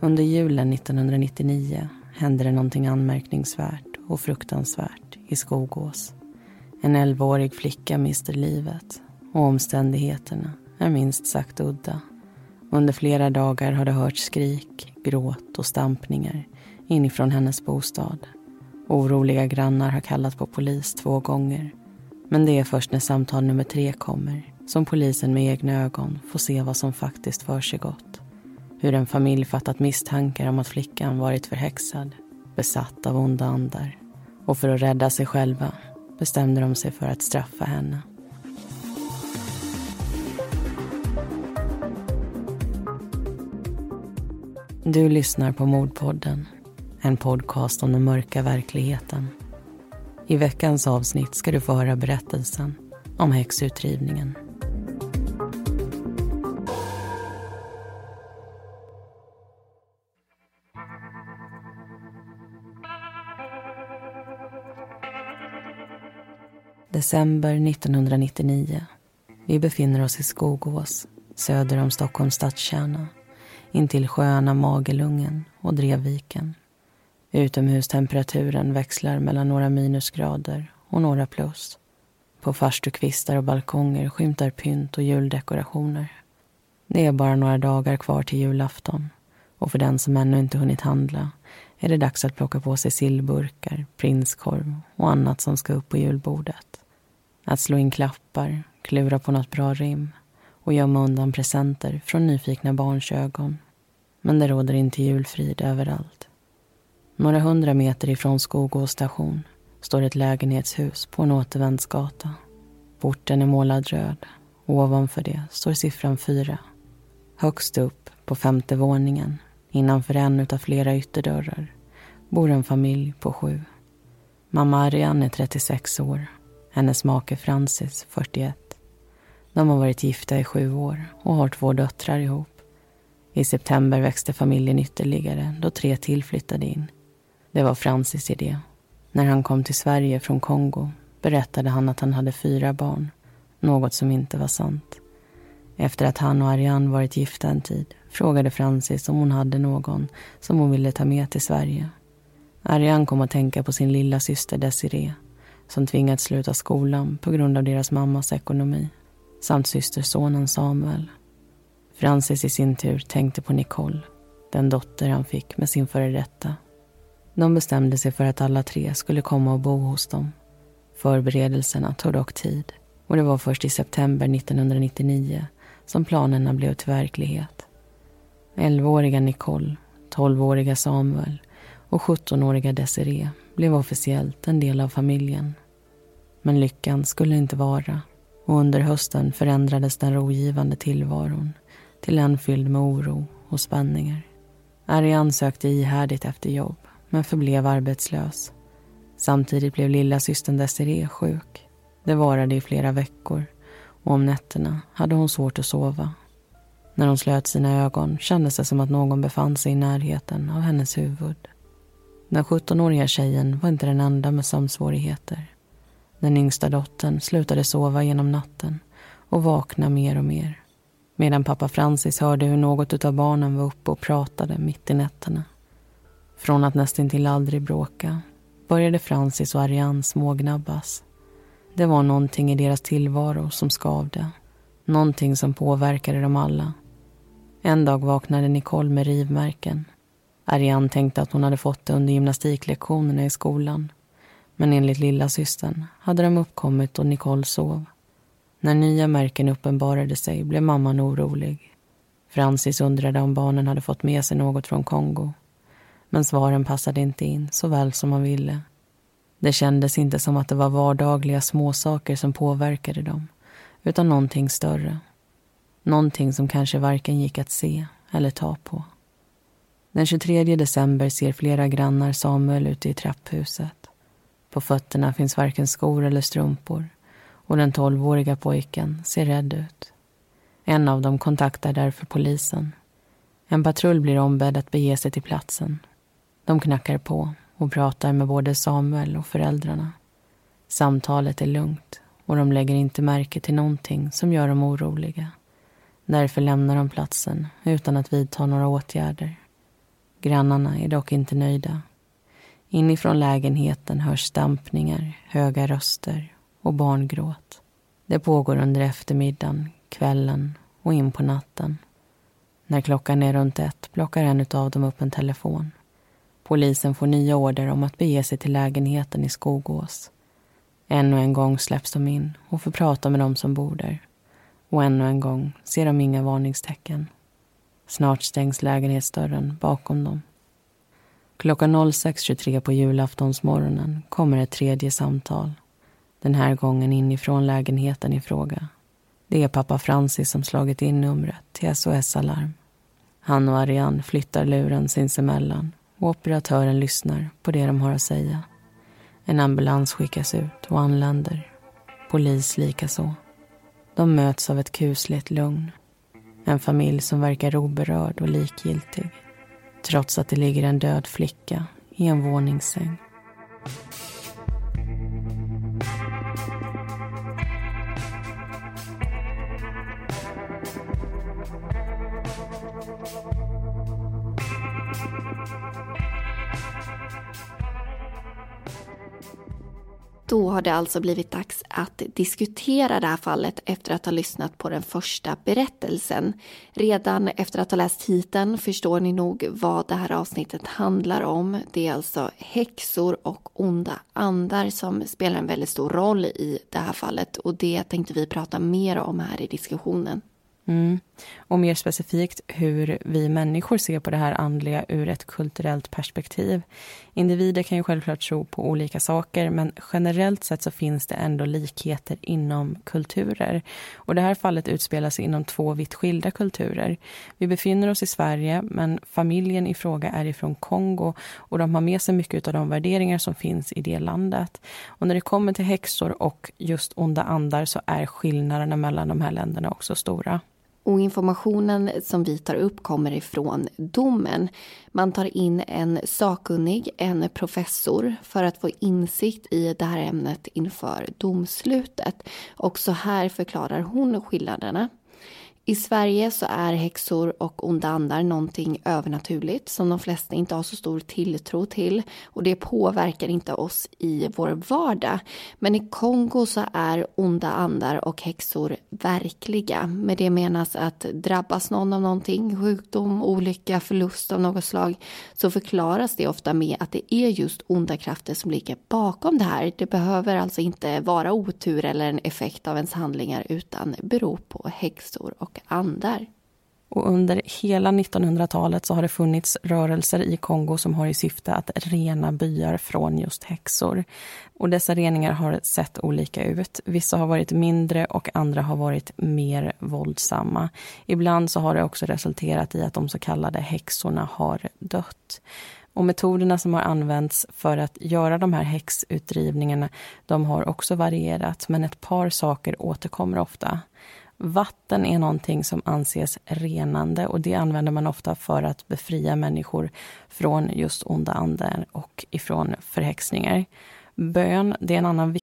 Under julen 1999 hände det någonting anmärkningsvärt och fruktansvärt i Skogås. En 11-årig flicka mister livet och omständigheterna är minst sagt udda. Under flera dagar har det hörts skrik, gråt och stampningar inifrån hennes bostad. Oroliga grannar har kallat på polis 2 gånger. Men det är först när samtal nummer 3 kommer som polisen med egna ögon får se vad som faktiskt försiggått. Hur en familj fattat misstankar om att flickan varit förhäxad, besatt av onda andar. Och för att rädda sig själva bestämde de sig för att straffa henne. Du lyssnar på Mordpodden, en podcast om den mörka verkligheten. I veckans avsnitt ska du få höra berättelsen om häxutdrivningen. December 1999. Vi befinner oss i Skogås, söder om Stockholms stadskärna, intill sjöarna Magelungen och Drevviken. Utomhustemperaturen växlar mellan några minusgrader och några plus. På farstukvistar och balkonger skymtar pynt och juldekorationer. Det är bara några dagar kvar till julafton, och för den som ännu inte hunnit handla är det dags att plocka på sig sillburkar, prinskorv och annat som ska upp på julbordet. Att slå in klappar, klura på något bra rim och gömma undan presenter från nyfikna barns ögon. Men det råder inte julfrid överallt. Några 100 meter ifrån Skogås station står ett lägenhetshus på en återvändsgata. Porten är målad röd och ovanför det står siffran 4. Högst upp på 5:e våningen, innanför en utav flera ytterdörrar, bor en familj på 7. Mamma Ariane är 36 år. Hennes make Francis, 41. De har varit gifta i 7 år och har 2 döttrar ihop. I september växte familjen ytterligare då 3 till flyttade in. Det var Francis idé. När han kom till Sverige från Kongo berättade han att han hade 4 barn, något som inte var sant. Efter att han och Ariane varit gifta en tid frågade Francis om hon hade någon som hon ville ta med till Sverige. Ariane kom att tänka på sin lilla syster Desiree, som tvingats sluta skolan på grund av deras mammas ekonomi, samt systersonen Samuel. Francis i sin tur tänkte på Nicole, den dotter han fick med sin före detta. De bestämde sig för att alla 3 skulle komma och bo hos dem. Förberedelserna tog dock tid, och det var först i september 1999 som planerna blev till verklighet. 11-åriga Nicole, 12-åriga Samuel och 17-åriga Desiree blev officiellt en del av familjen. Men lyckan skulle inte vara, och under hösten förändrades den rogivande tillvaron till en fylld med oro och spänningar. Ariane sökte ihärdigt efter jobb, men förblev arbetslös. Samtidigt blev lilla systern Desiree sjuk. Det varade i flera veckor, och om nätterna hade hon svårt att sova. När hon slöt sina ögon kändes det som att någon befann sig i närheten av hennes huvud. Den 17-åriga tjejen var inte den enda med sömnsvårigheter. Den yngsta dottern slutade sova genom natten och vakna mer och mer. Medan pappa Francis hörde hur något av barnen var uppe och pratade mitt i nätterna. Från att nästintill aldrig bråka började Francis och Ariane smågnabbas. Det var någonting i deras tillvaro som skavde. Någonting som påverkade dem alla. En dag vaknade Nicole med rivmärken. Ariane tänkte att hon hade fått det under gymnastiklektionerna i skolan. Men enligt lilla systern hade de uppkommit och Nicole sov. När nya märken uppenbarade sig blev mamman orolig. Francis undrade om barnen hade fått med sig något från Kongo. Men svaren passade inte in så väl som man ville. Det kändes inte som att det var vardagliga småsaker som påverkade dem, utan någonting större. Någonting som kanske varken gick att se eller ta på. Den 23 december ser flera grannar Samuel ute i trapphuset. På fötterna finns varken skor eller strumpor, och den 12-åriga pojken ser rädd ut. En av dem kontaktar därför polisen. En patrull blir ombedd att bege sig till platsen. De knackar på och pratar med både Samuel och föräldrarna. Samtalet är lugnt och de lägger inte märke till någonting som gör dem oroliga. Därför lämnar de platsen utan att vidta några åtgärder. Grannarna är dock inte nöjda. Inifrån lägenheten hörs stampningar, höga röster och barngråt. Det pågår under eftermiddagen, kvällen och in på natten. När klockan är runt 1 plockar en av dem upp en telefon. Polisen får nya order om att bege sig till lägenheten i Skogås. Ännu en gång släpps de in och får prata med dem som bor där. Och ännu en gång ser de inga varningstecken. Snart stängs lägenhetsdörren bakom dem. Klockan 06.23 på julaftonsmorgonen kommer ett tredje samtal. Den här gången inifrån lägenheten i fråga. Det är pappa Francis som slagit in numret till SOS-alarm. Han och Ariane flyttar luren sinsemellan och operatören lyssnar på det de har att säga. En ambulans skickas ut och anländer. Polis likaså. De möts av ett kusligt lugn. En familj som verkar oberörd och likgiltig. Trots att det ligger en död flicka i en våningssäng. Då har det alltså blivit dags att diskutera det här fallet efter att ha lyssnat på den första berättelsen. Redan efter att ha läst titeln förstår ni nog vad det här avsnittet handlar om. Det är alltså häxor och onda andar som spelar en väldigt stor roll i det här fallet. Och det tänkte vi prata mer om här i diskussionen. Och mer specifikt hur vi människor ser på det här andliga ur ett kulturellt perspektiv. Individer kan ju självklart tro på olika saker, men generellt sett så finns det ändå likheter inom kulturer. Och det här fallet utspelar sig inom 2 vitt skilda kulturer. Vi befinner oss i Sverige, men familjen i fråga är ifrån Kongo och de har med sig mycket av de värderingar som finns i det landet. Och när det kommer till häxor och just onda andar så är skillnaderna mellan de här länderna också stora. Och informationen som vi tar upp kommer ifrån domen. Man tar in en sakkunnig, en professor, för att få insikt i det här ämnet inför domslutet. Och så här förklarar hon skillnaderna. I Sverige så är häxor och onda andar någonting övernaturligt som de flesta inte har så stor tilltro till, och det påverkar inte oss i vår vardag. Men i Kongo så är onda andar och häxor verkliga. Med det menas att drabbas någon av någonting, sjukdom, olycka, förlust av något slag, så förklaras det ofta med att det är just onda krafter som ligger bakom det här. Det behöver alltså inte vara otur eller en effekt av ens handlingar, utan beror på häxor och andar. Och under hela 1900-talet så har det funnits rörelser i Kongo som har i syfte att rena byar från just häxor. Och dessa reningar har sett olika ut. Vissa har varit mindre och andra har varit mer våldsamma. Ibland så har det också resulterat i att de så kallade häxorna har dött. Och metoderna som har använts för att göra de här häxutdrivningarna, de har också varierat, men ett par saker återkommer ofta. Vatten är någonting som anses renande, och det använder man ofta för att befria människor från just onda andar och ifrån förhäxningar. Bön, det är en annan.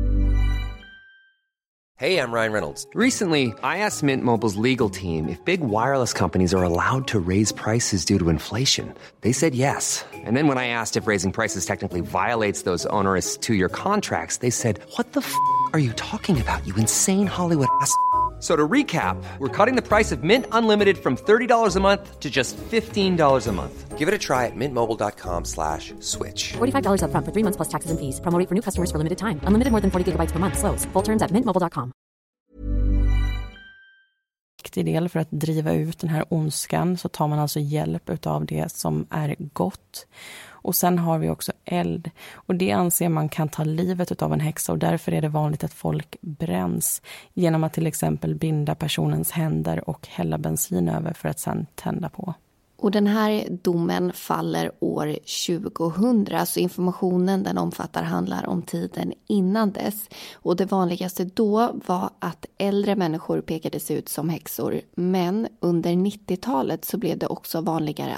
Hey, I'm Ryan Reynolds. Recently, I asked Mint Mobile's legal team if big wireless companies are allowed to raise prices due to inflation. They said yes. And then when I asked if raising prices technically violates those onerous 2-year contracts, they said, "What the f*** are you talking about, you insane Hollywood ass?" So to recap, we're cutting the price of Mint Unlimited from $30 a month to just $15 a month. Give it a try at mintmobile.com/switch. $45 up front for 3 months plus taxes and fees. Promo rate for new customers for limited time. Unlimited more than 40 gigabytes per month. Slows full terms at mintmobile.com. Viktig del för att driva ut den här ondskan, så tar man alltså hjälp av det som är gott. Och sen har vi också eld, och det anser man kan ta livet av en häxa, och därför är det vanligt att folk bränns genom att till exempel binda personens händer och hälla bensin över för att sedan tända på. Och den här domen faller år 2000, så informationen den omfattar handlar om tiden innan dess. Och det vanligaste då var att äldre människor pekades ut som häxor, men under 90-talet så blev det också vanligare att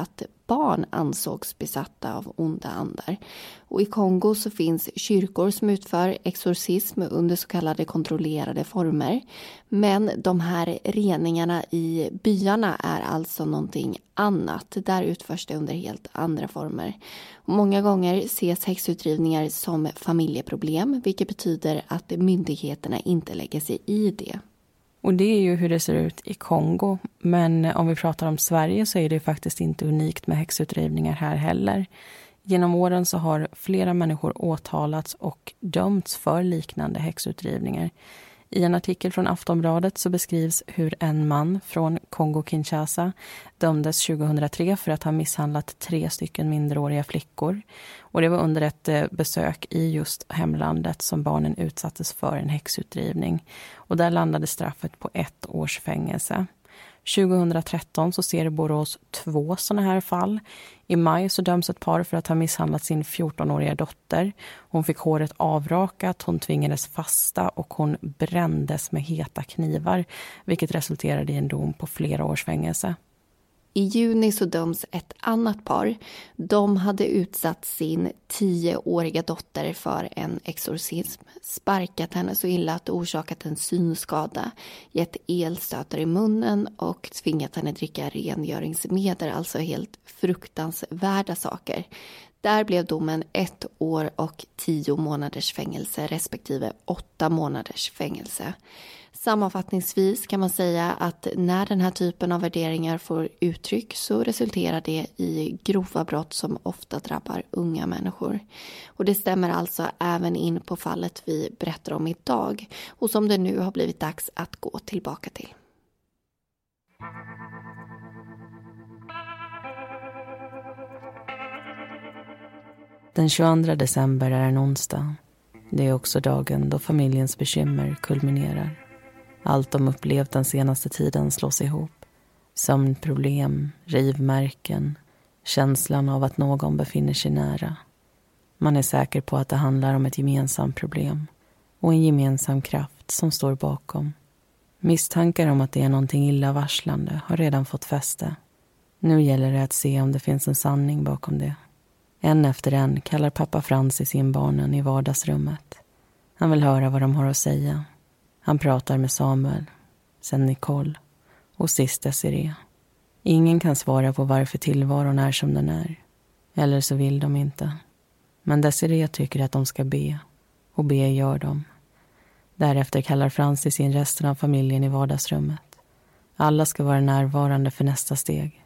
barn ansågs besatta av onda andar. Och i Kongo så finns kyrkor som utför exorcism under så kallade kontrollerade former. Men de här reningarna i byarna är alltså någonting annat. Där utförs det under helt andra former. Och många gånger ses häxutdrivningar som familjeproblem, vilket betyder att myndigheterna inte lägger sig i det. Och det är ju hur det ser ut i Kongo. Men om vi pratar om Sverige så är det faktiskt inte unikt med häxutdrivningar här heller. Genom åren så har flera människor åtalats och dömts för liknande häxutdrivningar. I en artikel från Aftonbladet så beskrivs hur en man från Kongo-Kinshasa dömdes 2003 för att ha misshandlat 3 stycken minderåriga flickor. Och det var under ett besök i just hemlandet som barnen utsattes för en häxutdrivning. Och där landade straffet på 1 års fängelse. 2013 så ser Borås 2 sådana här fall. I maj så döms ett par för att ha misshandlat sin 14-åriga dotter. Hon fick håret avrakat, hon tvingades fasta och hon brändes med heta knivar, vilket resulterade i en dom på flera års fängelse. I juni så döms ett annat par. De hade utsatt sin 10-åriga dotter för en exorcism, sparkat henne så illa att det orsakat en synskada, gett elstötar i munnen och tvingat henne dricka rengöringsmedel, alltså helt fruktansvärda saker. Där blev domen 1 år och 10 månaders fängelse respektive 8 månaders fängelse. Sammanfattningsvis kan man säga att när den här typen av värderingar får uttryck så resulterar det i grova brott som ofta drabbar unga människor. Och det stämmer alltså även in på fallet vi berättar om idag och som det nu har blivit dags att gå tillbaka till. Den 22 december är en onsdag. Det är också dagen då familjens bekymmer kulminerar. Allt de upplevt den senaste tiden slås ihop. Sömnproblem, rivmärken, känslan av att någon befinner sig nära. Man är säker på att det handlar om ett gemensamt problem och en gemensam kraft som står bakom. Misstankar om att det är någonting illavarslande har redan fått fäste. Nu gäller det att se om det finns en sanning bakom det. En efter en kallar pappa Francis in barnen i vardagsrummet. Han vill höra vad de har att säga. Han pratar med Samuel, sen Nicole och sist Desiree. Ingen kan svara på varför tillvaron är som den är. Eller så vill de inte. Men Desiree tycker att de ska be. Och be gör de. Därefter kallar Francis in resten av familjen i vardagsrummet. Alla ska vara närvarande för nästa steg.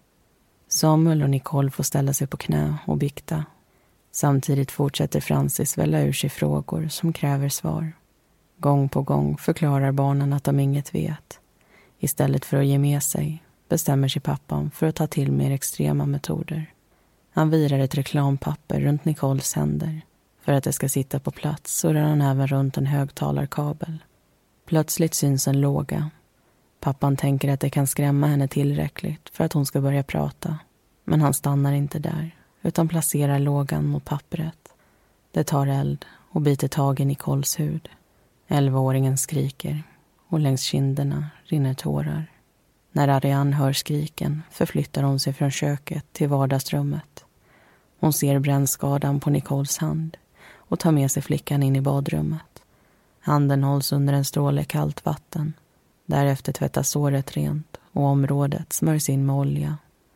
Samuel och Nicole får ställa sig på knä och bikta. Samtidigt fortsätter Francis välla ur sig frågor som kräver svar. Gång på gång förklarar barnen att de inget vet. Istället för att ge med sig bestämmer sig pappan för att ta till mer extrema metoder. Han virar ett reklampapper runt Nicoles händer. För att det ska sitta på plats så rör han även runt en högtalarkabel. Plötsligt syns en låga. Pappan tänker att det kan skrämma henne tillräckligt för att hon ska börja prata. Men han stannar inte där utan placerar lågan mot pappret. Det tar eld och biter tag i Nicoles hud. 11-åringen skriker och längs kinderna rinner tårar. När Ariane hör skriken förflyttar hon sig från köket till vardagsrummet. Hon ser brännskadan på Nicoles hand och tar med sig flickan in i badrummet. Handen hålls under en stråle kallt vatten. Därefter tvättas såret rent och området smörjs in med olja.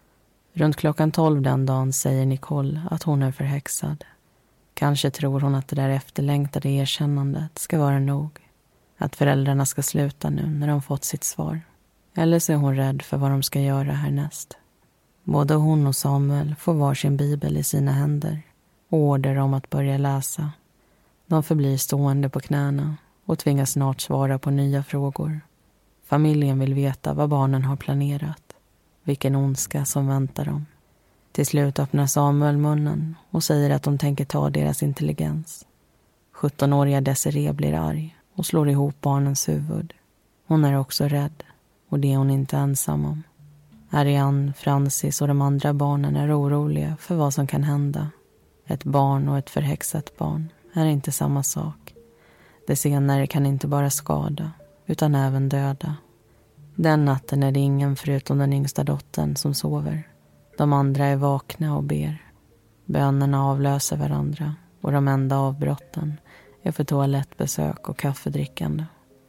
Runt klockan 12 den dagen säger Nicole att hon är förhäxad. Kanske tror hon att det där efterlängtade erkännandet ska vara nog. Att föräldrarna ska sluta nu när de fått sitt svar. Eller så är hon rädd för vad de ska göra härnäst. Både hon och Samuel får varsin bibel i sina händer och order om att börja läsa. De förblir stående på knäna och tvingas snart svara på nya frågor. Familjen vill veta vad barnen har planerat. Vilken ondska som väntar dem. Till slut öppnar Samuel munnen och säger att de tänker ta deras intelligens. 17-åriga Desiree blir arg och slår ihop barnens huvud. Hon är också rädd och det är hon inte ensam om. Ariane, Francis och de andra barnen är oroliga för vad som kan hända. Ett barn och ett förhäxat barn är inte samma sak. Det senare kan inte bara skada utan även döda. Den natten är det ingen förutom den yngsta dottern som sover. De andra är vakna och ber. Bönerna avlöser varandra och de enda avbrotten är för toalettbesök och kaffedrickande.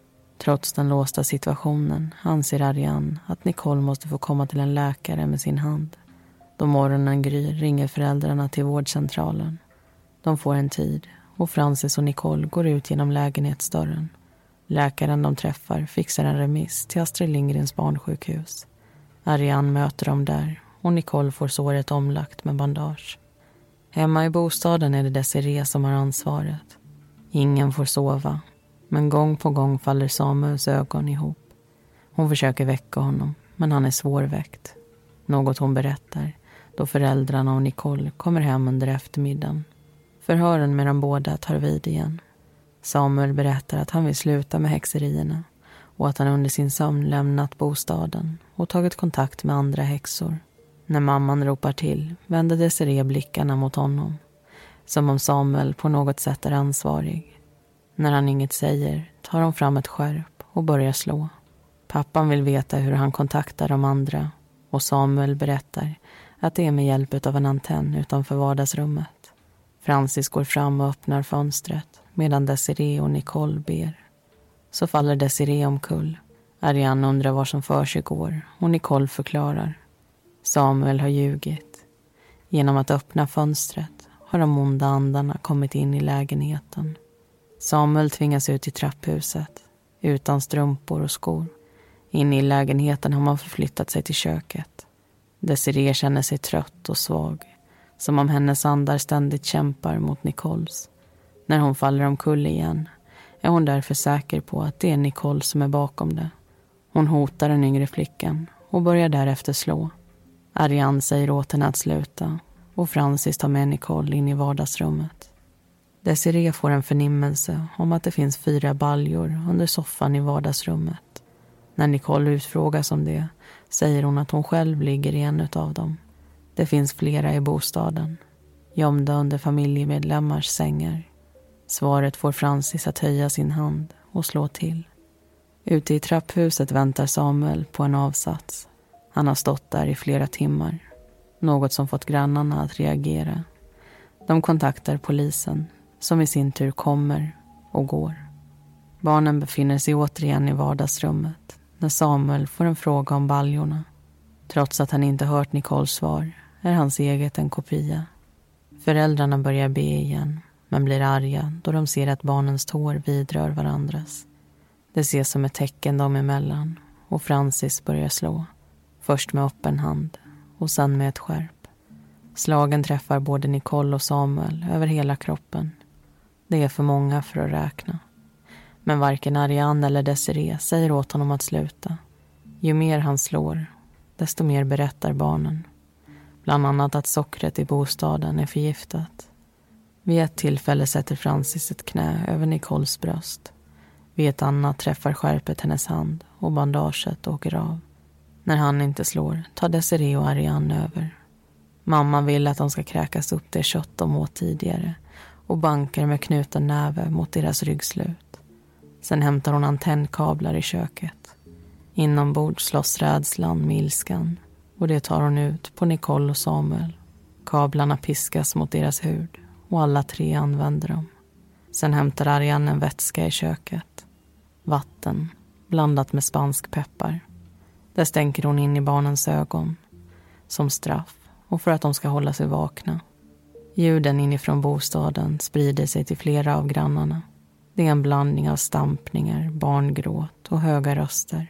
Trots den låsta situationen anser Ariane att Nicole måste få komma till en läkare med sin hand. Då morgonen gryr ringer föräldrarna till vårdcentralen. De får en tid och Francis och Nicole går ut genom lägenhetsdörren. Läkaren de träffar fixar en remiss till Astrid Lindgrens barnsjukhus. Ariane möter dem där och Nicole får såret omlagt med bandage. Hemma i bostaden är det Desiree som har ansvaret. Ingen får sova, men gång på gång faller Samuels ögon ihop. Hon försöker väcka honom, men han är svårväckt. Något hon berättar då föräldrarna och Nicole kommer hem under eftermiddagen. Förhören med de båda tar vid igen. Samuel berättar att han vill sluta med häxerierna och att han under sin sömn lämnat bostaden och tagit kontakt med andra häxor. När mamman ropar till vänder Desiree blickarna mot honom, som om Samuel på något sätt är ansvarig. När han inget säger tar hon fram ett skärp och börjar slå. Pappan vill veta hur han kontaktar de andra och Samuel berättar att det är med hjälp av en antenn utanför vardagsrummet. Francis går fram och öppnar fönstret medan Desiree och Nicole ber. Så faller Desiree omkull. Ariane undrar vad som för sig går och Nicole förklarar. Samuel har ljugit. Genom att öppna fönstret har de onda andarna kommit in i lägenheten. Samuel tvingas ut i trapphuset utan strumpor och skor. Inne i lägenheten har man förflyttat sig till köket. Desiree känner sig trött och svag, som om hennes andar ständigt kämpar mot Nicoles. När hon faller omkull igen är hon därför säker på att det är Nicole som är bakom det. Hon hotar den yngre flickan och börjar därefter slå. Ariane säger åt henne att sluta och Francis tar med Nicole in i vardagsrummet. Desiree får en förnimmelse om att det finns 4 baljor under soffan i vardagsrummet. När Nicole utfrågas om det säger hon att hon själv ligger i en utav dem. Det finns flera i bostaden, gömda under familjemedlemmars sängar. Svaret får Francis att höja sin hand och slå till. Ute i trapphuset väntar Samuel på en avsats. Han har stått där i flera timmar, något som fått grannarna att reagera. De kontaktar polisen, som i sin tur kommer och går. Barnen befinner sig återigen i vardagsrummet när Samuel får en fråga om baljorna. Trots att han inte hört Nicoles svar är hans eget en kopia. Föräldrarna börjar be igen, men blir arga då de ser att barnens tår vidrör varandras. Det ses som ett tecken dem emellan och Francis börjar slå. Först med öppen hand och sen med ett skärp. Slagen träffar både Nicole och Samuel över hela kroppen. Det är för många för att räkna. Men varken Ariane eller Desiree säger åt honom att sluta. Ju mer han slår, desto mer berättar barnen. Bland annat att sockret i bostaden är förgiftat. Vid ett tillfälle sätter Francis ett knä över Nicoles bröst. Vid ett annat träffar skärpet hennes hand och bandaget åker av. När han inte slår tar Desiree och Ariane över. Mamma vill att de ska kräkas upp det kött de åt tidigare och bankar med knuten näve mot deras ryggslut. Sen hämtar hon antennkablar i köket. Inombords slåss rädslan med ilskan och det tar hon ut på Nicole och Samuel. Kablarna piskas mot deras hud och alla 3 använder dem. Sen hämtar Ariane en vätska i köket. Vatten blandat med spansk peppar. Där stänker hon in i barnens ögon som straff och för att de ska hålla sig vakna. Ljuden inifrån bostaden sprider sig till flera av grannarna. Det är en blandning av stampningar, barngråt och höga röster.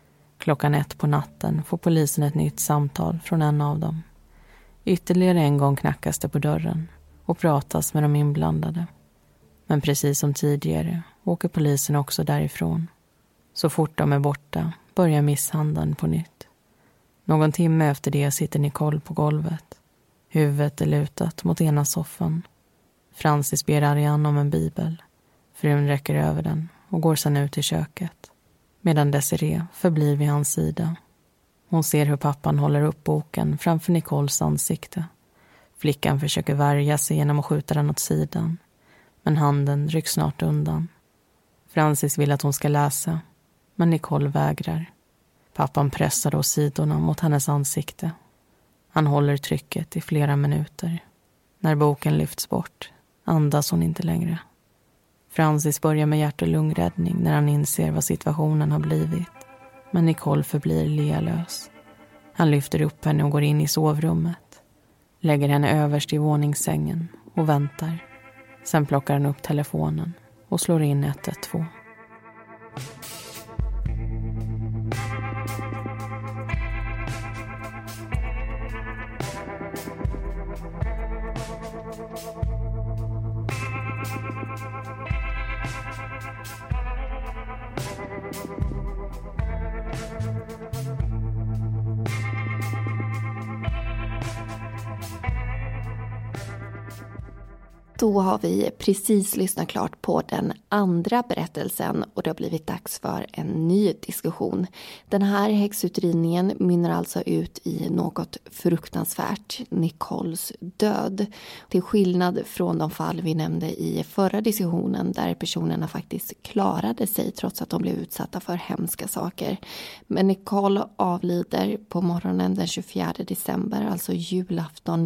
1:00 på natten får polisen ett nytt samtal från en av dem. Ytterligare en gång knackas det på dörren och pratas med de inblandade. Men precis som tidigare åker polisen också därifrån. Så fort de är borta börjar misshandeln på nytt. Någon timme efter det sitter Nicole på golvet. Huvudet är lutat mot ena soffan. Francis ber Ariane om en bibel. Frun räcker över den och går sedan ut i köket. Medan Desiree förblir vid hans sida. Hon ser hur pappan håller upp boken framför Nicoles ansikte. Flickan försöker värja sig genom att skjuta den åt sidan. Men handen rycks snart undan. Francis vill att hon ska läsa. Men Nicole vägrar. Pappan pressar då sidorna mot hennes ansikte. Han håller trycket i flera minuter. När boken lyfts bort andas hon inte längre. Francis börjar med hjärt- och lungräddning när han inser vad situationen har blivit. Men Nicole förblir lealös. Han lyfter upp henne och går in i sovrummet. Lägger henne överst i våningssängen och väntar. Sen plockar han upp telefonen och slår in 112. Då har vi precis lyssnat klart på den andra berättelsen och det har blivit dags för en ny diskussion. Den här häxutredningen mynnar alltså ut i något fruktansvärt, Nicoles död. Till skillnad från de fall vi nämnde i förra diskussionen där personerna faktiskt klarade sig trots att de blev utsatta för hemska saker. Men Nicole avlider på morgonen den 24 december, alltså julafton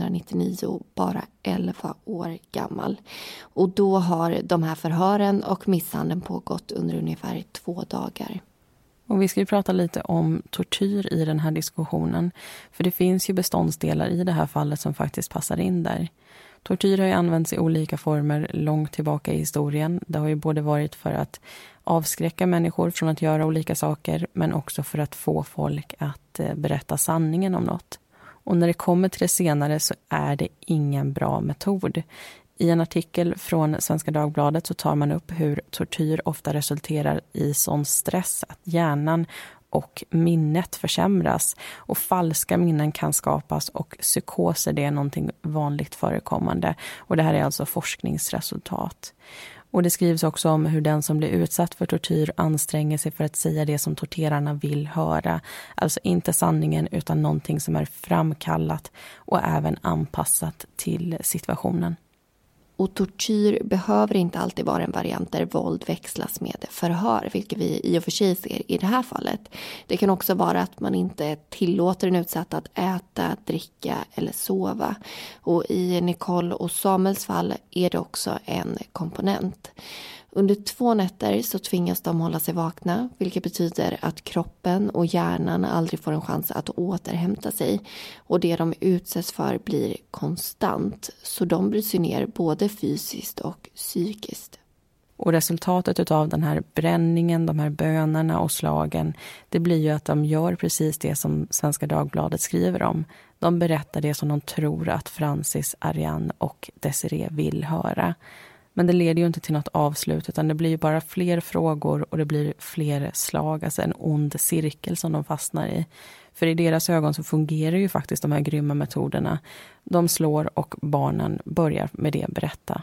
1999, bara 11 år gammal. Och då har de här förhören och misshandeln pågått under ungefär 2 dagar. Och vi ska ju prata lite om tortyr i den här diskussionen. För det finns ju beståndsdelar i det här fallet som faktiskt passar in där. Tortyr har ju använts i olika former långt tillbaka i historien. Det har ju både varit för att avskräcka människor från att göra olika saker, men också för att få folk att berätta sanningen om något. Och när det kommer till det senare så är det ingen bra metod. I en artikel från Svenska Dagbladet så tar man upp hur tortyr ofta resulterar i sån stress att hjärnan och minnet försämras. Och falska minnen kan skapas och psykoser, det är någonting vanligt förekommande. Och det här är alltså forskningsresultat. Och det skrivs också om hur den som blir utsatt för tortyr anstränger sig för att säga det som torterarna vill höra. Alltså inte sanningen utan någonting som är framkallat och även anpassat till situationen. Och tortyr behöver inte alltid vara en variant där våld växlas med förhör, vilket vi i och för sig ser i det här fallet. Det kan också vara att man inte tillåter en utsatt att äta, dricka eller sova. Och i Nicole och Samuels fall är det också en komponent. Under 2 nätter så tvingas de hålla sig vakna, vilket betyder att kroppen och hjärnan aldrig får en chans att återhämta sig. Och det de utsätts för blir konstant, så de bryts ner både fysiskt och psykiskt. Och resultatet av den här bränningen, de här bönerna och slagen, det blir ju att de gör precis det som Svenska Dagbladet skriver om. De berättar det som de tror att Francis, Ariane och Desiree vill höra. Men det leder ju inte till något avslut, utan det blir ju bara fler frågor och det blir fler slag, alltså en ond cirkel som de fastnar i. För i deras ögon så fungerar ju faktiskt de här grymma metoderna. De slår och barnen börjar med det berätta.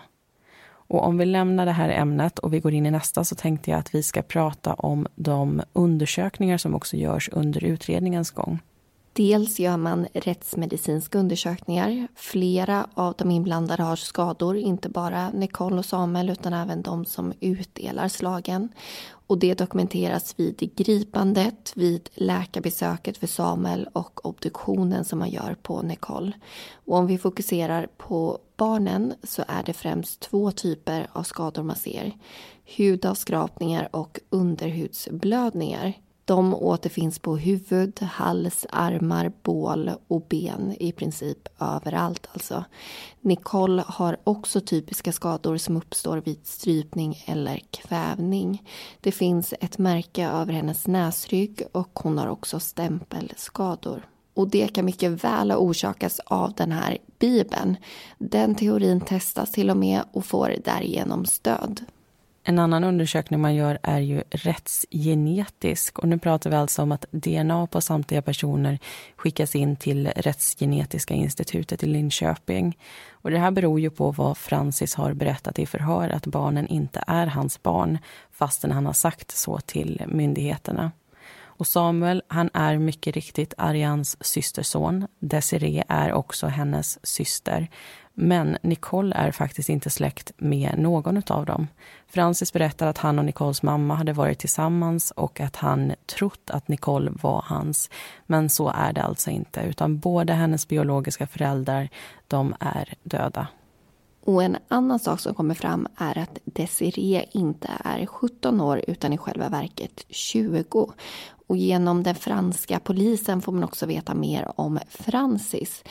Och om vi lämnar det här ämnet och vi går in i nästa, så tänkte jag att vi ska prata om de undersökningar som också görs under utredningens gång. Dels gör man rättsmedicinska undersökningar. Flera av de inblandade har skador, inte bara Nicole och Samuel utan även de som utdelar slagen. Och det dokumenteras vid gripandet, vid läkarbesöket för Samuel och obduktionen som man gör på Nicole. Och om vi fokuserar på barnen så är det främst 2 typer av skador man ser. Hudavskrapningar och underhudsblödningar. De återfinns på huvud, hals, armar, bål och ben, i princip överallt alltså. Nicole har också typiska skador som uppstår vid strypning eller kvävning. Det finns ett märke över hennes näsrygg och hon har också stämpelskador. Och det kan mycket väl orsakas av den här bibeln. Den teorin testas till och med och får därigenom stöd. En annan undersökning man gör är ju rättsgenetisk, och nu pratar vi alltså om att DNA på samtliga personer skickas in till Rättsgenetiska institutet i Linköping. Och det här beror ju på vad Francis har berättat i förhör, att barnen inte är hans barn fastän han har sagt så till myndigheterna. Och Samuel, han är mycket riktigt Arians systerson. Desiree är också hennes syster. Men Nicole är faktiskt inte släkt med någon av dem. Francis berättar att han och Nicoles mamma hade varit tillsammans och att han trott att Nicole var hans. Men så är det alltså inte, utan båda hennes biologiska föräldrar, de är döda. Och en annan sak som kommer fram är att Desiree inte är 17 år utan i själva verket 20. Och genom den franska polisen får man också veta mer om Francis.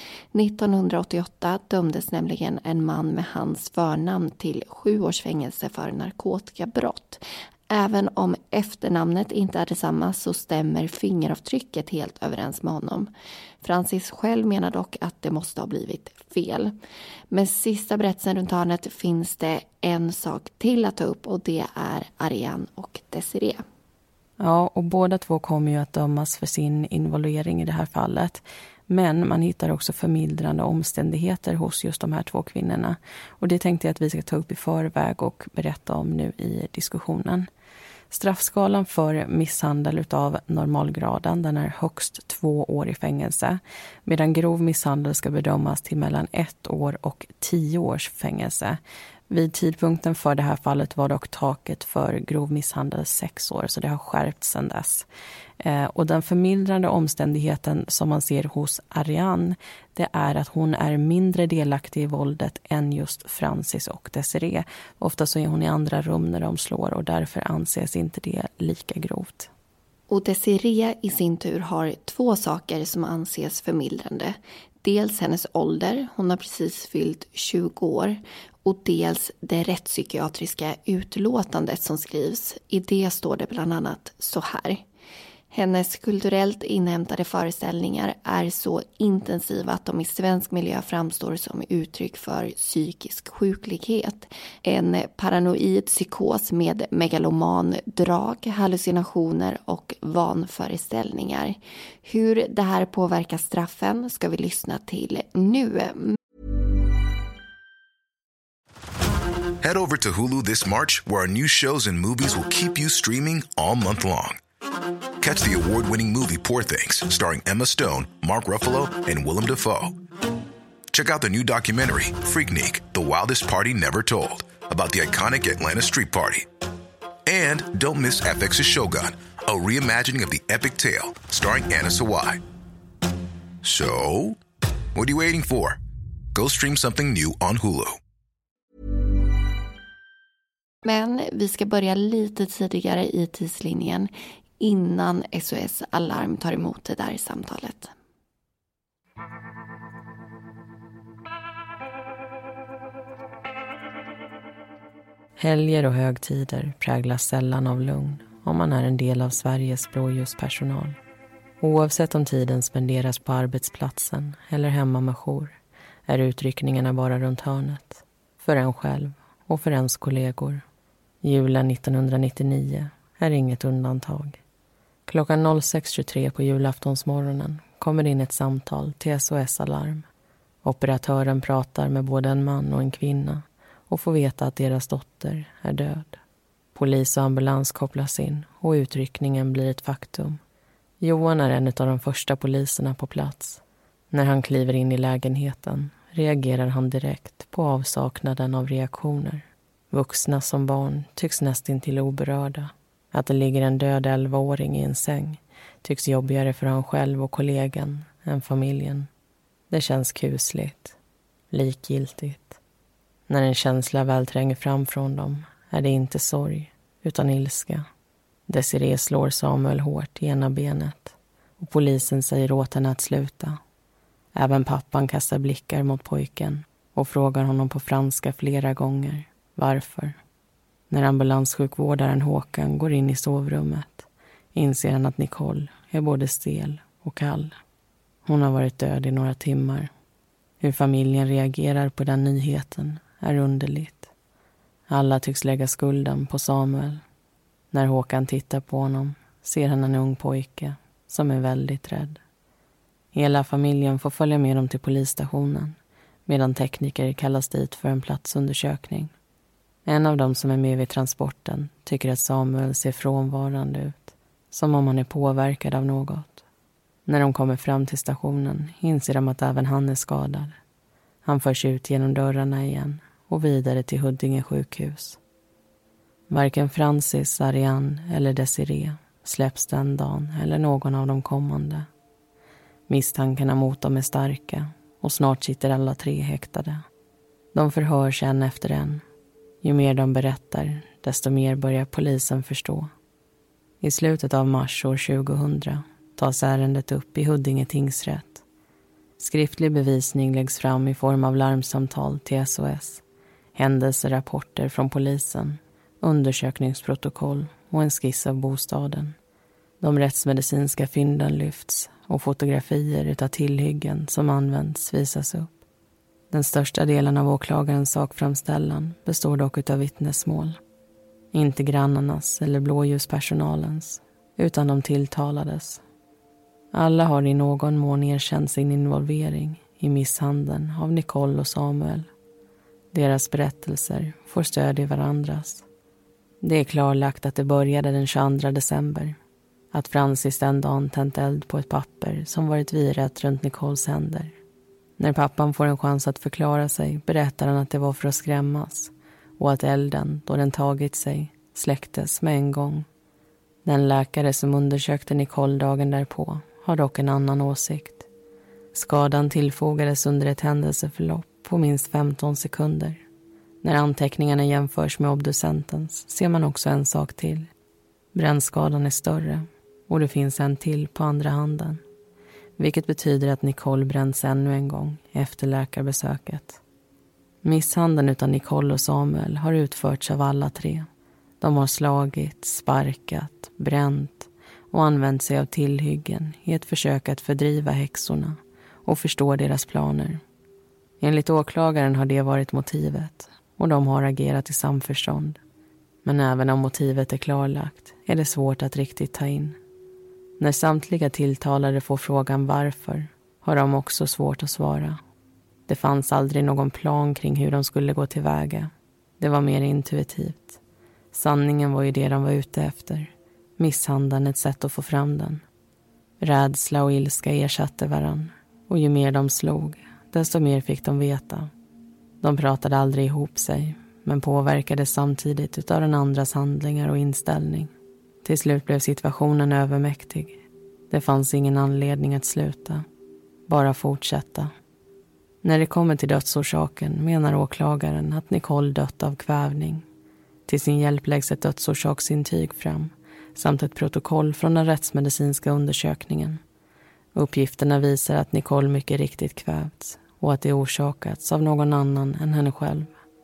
1988 dömdes nämligen en man med hans förnamn till 7 års fängelse för narkotikabrott. Även om efternamnet inte är detsamma så stämmer fingeravtrycket helt överens med honom. Francis själv menar dock att det måste ha blivit fel. Men sista berättelsen runt hörnet finns det en sak till att ta upp och det är Ariane och Desiree. Ja, och båda två kommer ju att dömas för sin involvering i det här fallet. Men man hittar också förmildrande omständigheter hos just de här 2 kvinnorna. Och det tänkte jag att vi ska ta upp i förväg och berätta om nu i diskussionen. Straffskalan för misshandel utav normalgraden, den är högst 2 år i fängelse. Medan grov misshandel ska bedömas till mellan 1 år och 10 års fängelse. Vid tidpunkten för det här fallet var dock taket för grov misshandel 6 år, så det har skärpts sedan dess. Och den förmildrande omständigheten som man ser hos Ariane, det är att hon är mindre delaktig i våldet än just Francis och Desiree. Ofta så är hon i andra rum när de slår och därför anses inte det lika grovt. Och Desiree i sin tur har 2 saker som anses förmildrande. Dels hennes ålder, hon har precis fyllt 20 år. Och dels det rättspsykiatriska utlåtandet som skrivs. I det står det bland annat så här. Hennes kulturellt inhämtade föreställningar är så intensiva att de i svensk miljö framstår som uttryck för psykisk sjuklighet. En paranoid psykos med megalomandrag, hallucinationer och vanföreställningar. Hur det här påverkar straffen ska vi lyssna till nu. Head over to Hulu this March, where our new shows and movies will keep you streaming all month long. Catch the award-winning movie Poor Things, starring Emma Stone, Mark Ruffalo, and Willem Dafoe. Check out the new documentary, Freaknik, The Wildest Party Never Told, about the iconic Atlanta Street Party. And don't miss FX's Shogun, a reimagining of the epic tale, starring Anna Sawai. So, what are you waiting for? Go stream something new on Hulu. Men vi ska börja lite tidigare i tidslinjen innan SOS Alarm tar emot det där samtalet. Helger och högtider präglas sällan av lugn om man är en del av Sveriges blåljuspersonal. Oavsett om tiden spenderas på arbetsplatsen eller hemma med jour är utryckningarna bara runt hörnet. För en själv och för ens kollegor. Julen 1999 är inget undantag. Klockan 06.23 på julaftonsmorgonen kommer in ett samtal till SOS Alarm. Operatören pratar med både en man och en kvinna och får veta att deras dotter är död. Polis och ambulans kopplas in och utryckningen blir ett faktum. Johan är en av de första poliserna på plats. När han kliver in i lägenheten reagerar han direkt på avsaknaden av reaktioner. Vuxna som barn tycks nästintill oberörda. Att det ligger en död 11-åring i en säng tycks jobbigare för han själv och kollegan än familjen. Det känns kusligt, likgiltigt. När en känsla väl tränger fram från dem är det inte sorg utan ilska. Desiree slår Samuel hårt i ena benet och polisen säger åt henne att sluta. Även pappan kastar blickar mot pojken och frågar honom på franska flera gånger. Varför? När ambulanssjukvårdaren Håkan går in i sovrummet inser han att Nicole är både stel och kall. Hon har varit död i några timmar. Hur familjen reagerar på den nyheten är underligt. Alla tycks lägga skulden på Samuel. När Håkan tittar på honom ser han en ung pojke som är väldigt rädd. Hela familjen får följa med dem till polisstationen medan tekniker kallas dit för en platsundersökning. En av dem som är med vid transporten tycker att Samuel ser frånvarande ut, som om han är påverkad av något. När de kommer fram till stationen inser de att även han är skadad. Han förs ut genom dörrarna igen och vidare till Huddinge sjukhus. Varken Francis, Ariane eller Desiree släpps den dagen eller någon av de kommande. Misstankarna mot dem är starka och snart sitter alla 3 häktade. De förhörs en efter en. Ju mer de berättar, desto mer börjar polisen förstå. I slutet av mars år 2000 tas ärendet upp i Huddinge tingsrätt. Skriftlig bevisning läggs fram i form av larmsamtal till SOS, händelserapporter från polisen, undersökningsprotokoll och en skiss av bostaden. De rättsmedicinska fynden lyfts och fotografier utav tillhyggen som används visas upp. Den största delen av åklagarens sakframställan består dock utav vittnesmål. Inte grannarnas eller blåljuspersonalens, utan de tilltalades. Alla har i någon mån erkänt sin involvering i misshandeln av Nicole och Samuel. Deras berättelser får stöd i varandras. Det är klarlagt att det började den 22 december. Att Francis den dagen tänt eld på ett papper som varit virat runt Nicoles händer. När pappan får en chans att förklara sig berättar han att det var för att skrämmas och att elden, då den tagit sig, släcktes med en gång. Den läkare som undersökte Nicole dagen därpå har dock en annan åsikt. Skadan tillfogades under ett händelseförlopp på minst 15 sekunder. När anteckningarna jämförs med obducentens ser man också en sak till. Brännskadan är större och det finns en till på andra handen. Vilket betyder att Nicole bränns ännu en gång efter läkarbesöket. Misshandeln utan Nicole och Samuel har utförts av alla 3. De har slagit, sparkat, bränt och använt sig av tillhyggen i ett försök att fördriva häxorna och förstå deras planer. Enligt åklagaren har det varit motivet och de har agerat i samförstånd. Men även om motivet är klarlagt är det svårt att riktigt ta in. När samtliga tilltalade får frågan varför har de också svårt att svara. Det fanns aldrig någon plan kring hur de skulle gå tillväga. Det var mer intuitivt. Sanningen var ju det de var ute efter. Misshandeln ett sätt att få fram den. Rädsla och ilska ersatte varann. Och ju mer de slog, desto mer fick de veta. De pratade aldrig ihop sig, men påverkades samtidigt utav den andras handlingar och inställning. Till slut blev situationen övermäktig. Det fanns ingen anledning att sluta. Bara fortsätta. När det kommer till dödsorsaken menar åklagaren att Nicole dött av kvävning. Till sin hjälp läggs ett dödsorsaksintyg fram samt ett protokoll från den rättsmedicinska undersökningen. Uppgifterna visar att Nicole mycket riktigt kvävts och att det orsakats av någon annan än henne själv.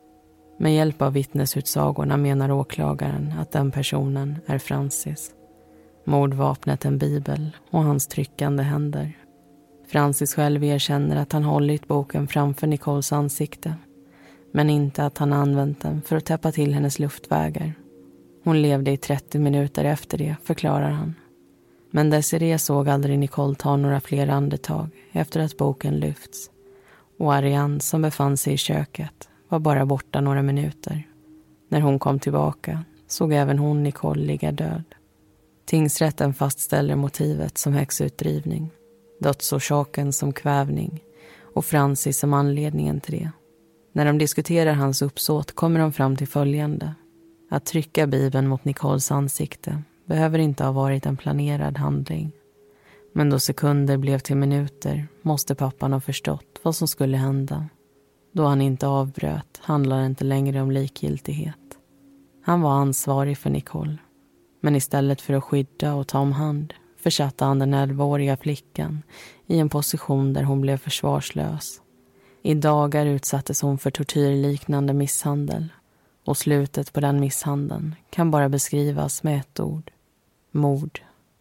Med hjälp av vittnesutsagorna menar åklagaren att den personen är Francis. Mordvapnet en bibel och hans tryckande händer. Francis själv erkänner att han hållit boken framför Nicoles ansikte. Men inte att han använt den för att täppa till hennes luftvägar. Hon levde i 30 minuter efter det, förklarar han. Men Desiree såg aldrig Nicole ta några fler andetag efter att boken lyfts. Och Ariane som befann sig i köket var bara borta några minuter. När hon kom tillbaka såg även hon Nicole ligga död. Tingsrätten fastställer motivet som häxutdrivning, dödsorsaken som kvävning och Francis som anledningen till det. När de diskuterar hans uppsåt kommer de fram till följande. Att trycka bibeln mot Nicoles ansikte behöver inte ha varit en planerad handling. Men då sekunder blev till minuter måste pappan ha förstått vad som skulle hända. Då han inte avbröt handlar det inte längre om likgiltighet. Han var ansvarig för Nicole. Men istället för att skydda och ta om hand försatte han den 11-åriga flickan i en position där hon blev försvarslös. I dagar utsattes hon för tortyrliknande misshandel. Och slutet på den misshandeln kan bara beskrivas med ett ord. Mord.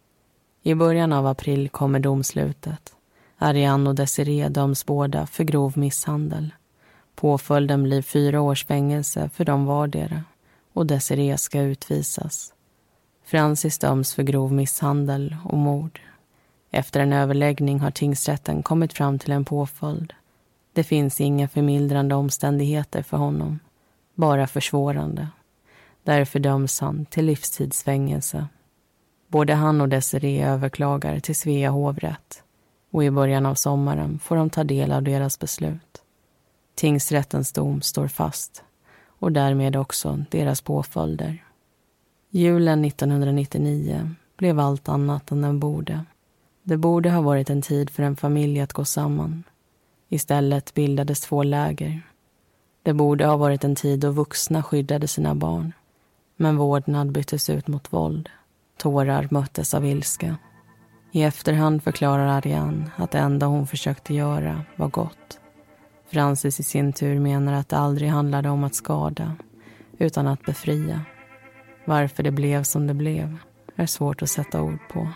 I början av april kommer domslutet. Ariane och Desiree döms båda för grov misshandel. Påföljden blir 4 års fängelse för dem vardera. Och Desiree ska utvisas. Francis döms för grov misshandel och mord. Efter en överläggning har tingsrätten kommit fram till en påföljd. Det finns inga förmildrande omständigheter för honom. Bara försvårande. Därför döms han till livstidsfängelse. Både han och Desiree överklagar till Svea hovrätt. Och i början av sommaren får de ta del av deras beslut. Tingsrättens dom står fast och därmed också deras påföljder. Julen 1999 blev allt annat än den borde. Det borde ha varit en tid för en familj att gå samman. Istället bildades 2 läger. Det borde ha varit en tid då vuxna skyddade sina barn. Men vårdnad byttes ut mot våld. Tårar möttes av ilska. I efterhand förklarar Ariane att det enda hon försökte göra var gott. Francis i sin tur menar att det aldrig handlade om att skada, utan att befria. Varför det blev som det blev är svårt att sätta ord på.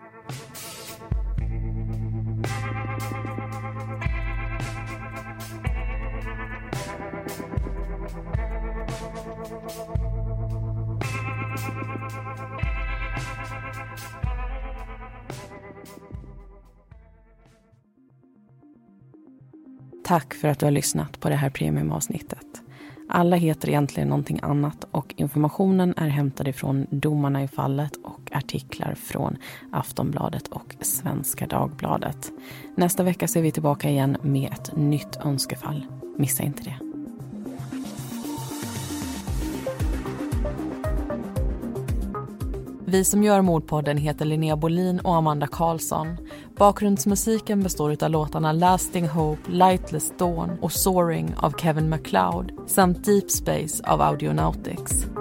Tack för att du har lyssnat på det här premiumavsnittet. Alla heter egentligen någonting annat och informationen är hämtad ifrån domarna i fallet och artiklar från Aftonbladet och Svenska Dagbladet. Nästa vecka så är vi tillbaka igen med ett nytt önskefall. Missa inte det. Vi som gör Mordpodden heter Linnea Bolin och Amanda Karlsson. Bakgrundsmusiken består av låtarna Lasting Hope, Lightless Dawn och Soaring av Kevin MacLeod samt Deep Space av Audionautics.